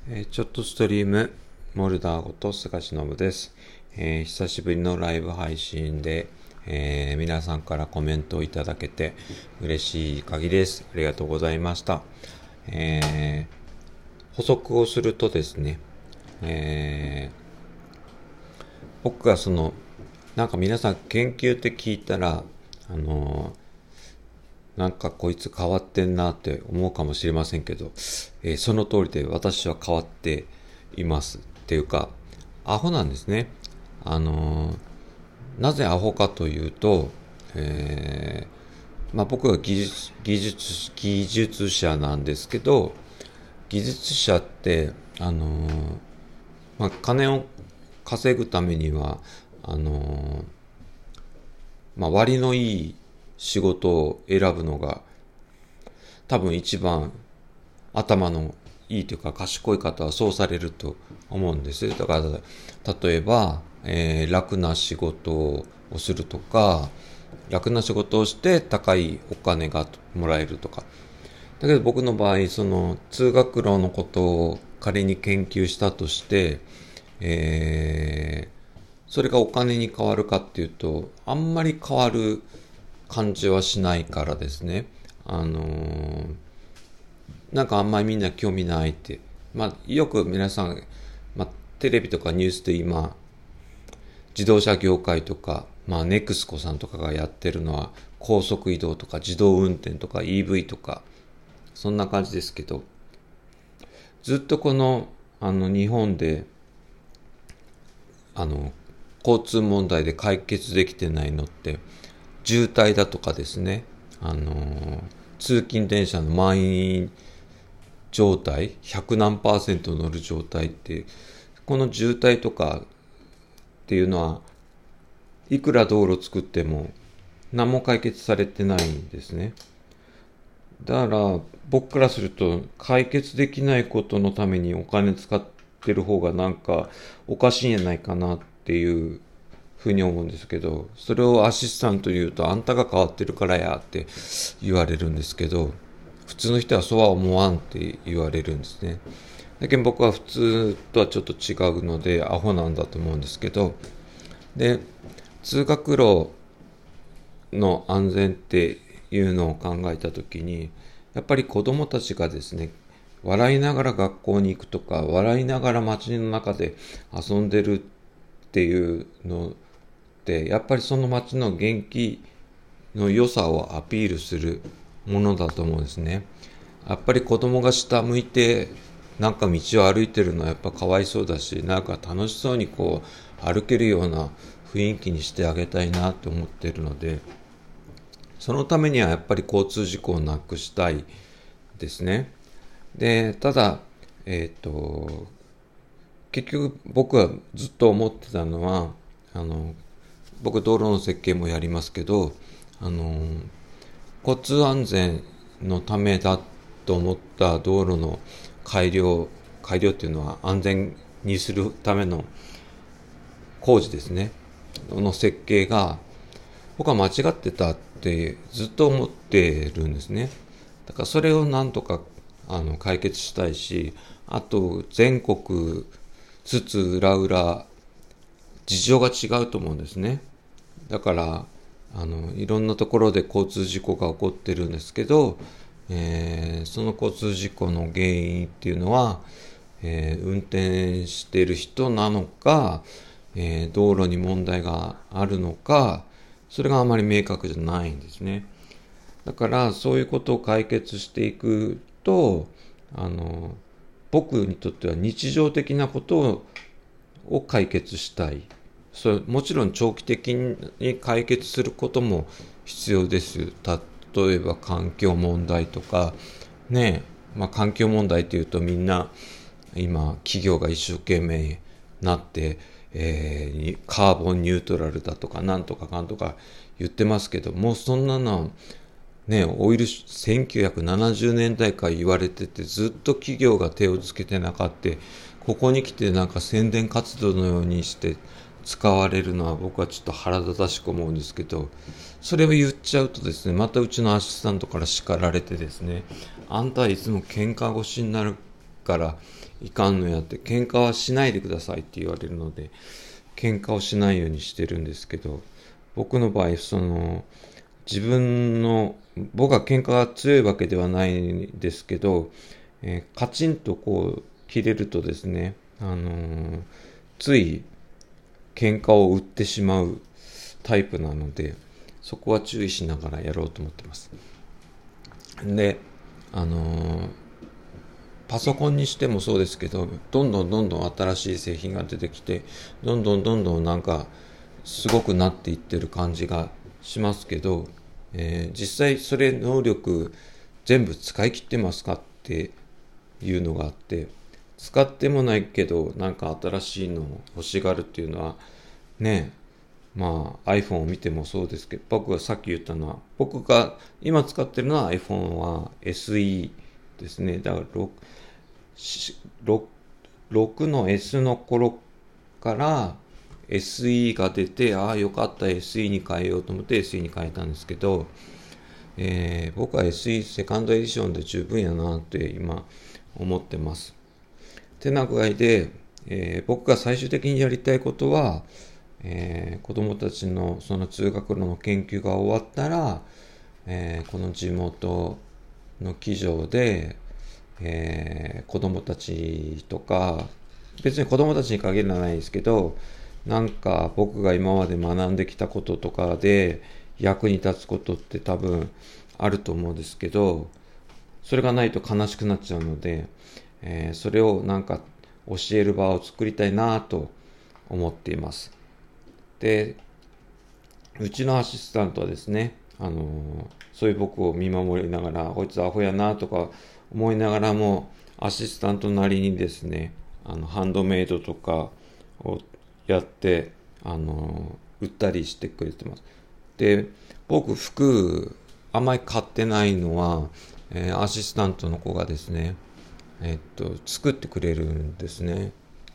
ちょっとストリームモルダーこと菅忍です。久しぶりのライブ配信で、皆さんからコメントをいただけて嬉しい限りです。ありがとうございました。補足をするとですね、僕がなんか皆さん研究って聞いたら、なんかこいつ変わってんなって思うかもしれませんけど、その通りで私は変わっていますっていうか、アホなんですね。なぜアホかというと、僕は技術者なんですけど、技術者って、金を稼ぐためには、割のいい仕事を選ぶのが多分一番頭のいいというか賢い方はそうされると思うんです。だから例えば、楽な仕事をするとか、楽な仕事をして高いお金がもらえるとか。だけど僕の場合、通学路のことを仮に研究したとして、それがお金に変わるかっていうと、あんまり変わる感じはしないからですね。なんかあんまりみんな興味ないって。よく皆さん、テレビとかニュースで今、自動車業界とか、ネクスコさんとかがやってるのは、高速移動とか自動運転とか EV とか、そんな感じですけど、ずっと日本で、交通問題で解決できてないのって、渋滞だとかですね、通勤電車の満員状態、100何パーセント乗る状態って、この渋滞とかっていうのは、いくら道路作っても何も解決されてないんですね。だから僕からすると解決できないことのためにお金使ってる方がなんかおかしいんじゃないかなっていうふうに思うんですけど、それをアシスタントに言うとあんたが変わってるからやって言われるんですけど、普通の人はそうは思わんって言われるんですね。だけど僕は普通とはちょっと違うのでアホなんだと思うんですけど、で、通学路の安全っていうのを考えたときに、やっぱり子供たちがですね、笑いながら学校に行くとか、笑いながら街の中で遊んでるっていうのって、やっぱりその街の元気の良さをアピールするものだと思うんですね。やっぱり子供が下向いて、なんか道を歩いてるのはやっぱかわいそうだし、なんか楽しそうに歩けるような雰囲気にしてあげたいなと思っているので、そのためにはやっぱり交通事故をなくしたいですね。で、ただ、結局僕はずっと思ってたのは、僕道路の設計もやりますけど、交通安全のためだと思った道路の改良っていうのは安全にするための工事ですね。の設計が僕は間違ってたってずっと思ってるんですね。だからそれをなんとか解決したいし、あと全国津々浦々事情が違うと思うんですね。だからいろんなところで交通事故が起こってるんですけど、その交通事故の原因っていうのは、運転している人なのか、道路に問題があるのか、それがあまり明確じゃないんですね。だからそういうことを解決していくと、僕にとっては日常的なことを解決したい。もちろん長期的に解決することも必要です。例えば環境問題とか、ね、環境問題というとみんな今企業が一生懸命なって、カーボンニュートラルだとかなんとかかんとか言ってますけども、そんなのね、1970年代から言われててずっと企業が手をつけてなかった。ここに来てなんか宣伝活動のようにして使われるのは僕はちょっと腹立たしく思うんですけど、それを言っちゃうとですね、またうちのアシスタントから叱られてですね、あんたはいつも喧嘩腰になるからいかんのやって、喧嘩はしないでくださいって言われるので、喧嘩をしないようにしてるんですけど、僕の場合、僕は喧嘩が強いわけではないんですけど、カチンとこう切れるとですね、つい喧嘩を売ってしまうタイプなので、そこは注意しながらやろうと思ってます。で、パソコンにしてもそうですけど、どんどん新しい製品が出てきて、どんどんなんかすごくなっていってる感じがしますけど、実際それ能力全部使い切ってますかっていうのがあって、使ってもないけどなんか新しいのを欲しがるっていうのはね、iPhone を見てもそうですけど、僕がさっき言ったのは、僕が今使ってるのは iPhone は SE ですね。だから6の S の頃から SE が出て、よかった SE に変えようと思って SE に変えたんですけど、僕は SE セカンドエディションで十分やなって今思ってます。てな具合で、僕が最終的にやりたいことは、子供たちのその通学路の研究が終わったら、この地元の機場で、子供たちとか、別に子供たちに限らないですけど、なんか僕が今まで学んできたこととかで役に立つことって多分あると思うんですけど、それがないと悲しくなっちゃうので、それをなんか教える場を作りたいなと思っています。で、うちのアシスタントはですね、そういう僕を見守りながら、こいつアホやなとか思いながらも、アシスタントなりにですね、ハンドメイドとかをやって、売ったりしてくれてます。で、僕服あんまり買ってないのは、アシスタントの子がですね、作ってくれるんですね。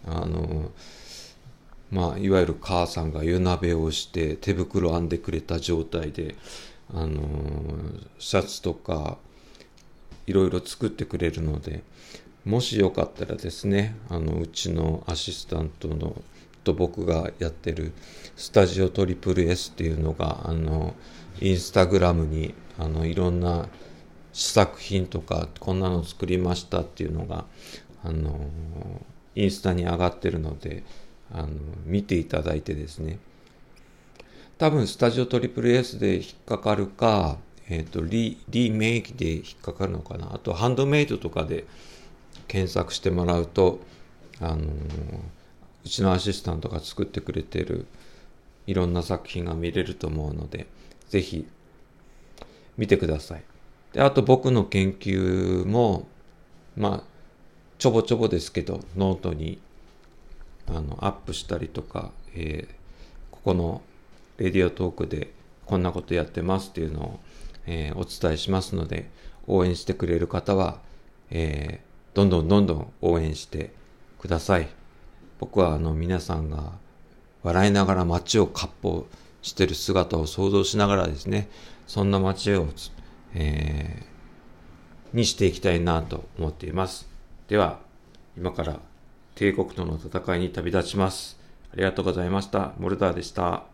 いわゆる母さんが湯鍋をして手袋編んでくれた状態で、シャツとかいろいろ作ってくれるので、もしよかったらですね、うちのアシスタントのと僕がやってるスタジオトリプル S っていうのが、インスタグラムにいろんな試作品とかこんなの作りましたっていうのがインスタに上がってるので、見ていただいてですね、多分スタジオトリプル S で引っかかるか、リメイクで引っかかるのかな、あとハンドメイドとかで検索してもらうと、うちのアシスタントが作ってくれているいろんな作品が見れると思うので、ぜひ見てください。で、あと僕の研究もちょぼちょぼですけどノートにアップしたりとか、ここのレディオトークでこんなことやってますっていうのを、お伝えしますので、応援してくれる方は、どんどん応援してください。僕は皆さんが笑いながら街を闊歩してる姿を想像しながらですね、そんな街を、にしていきたいなと思っています。では、今から帝国との戦いに旅立ちます。ありがとうございました。モルダーでした。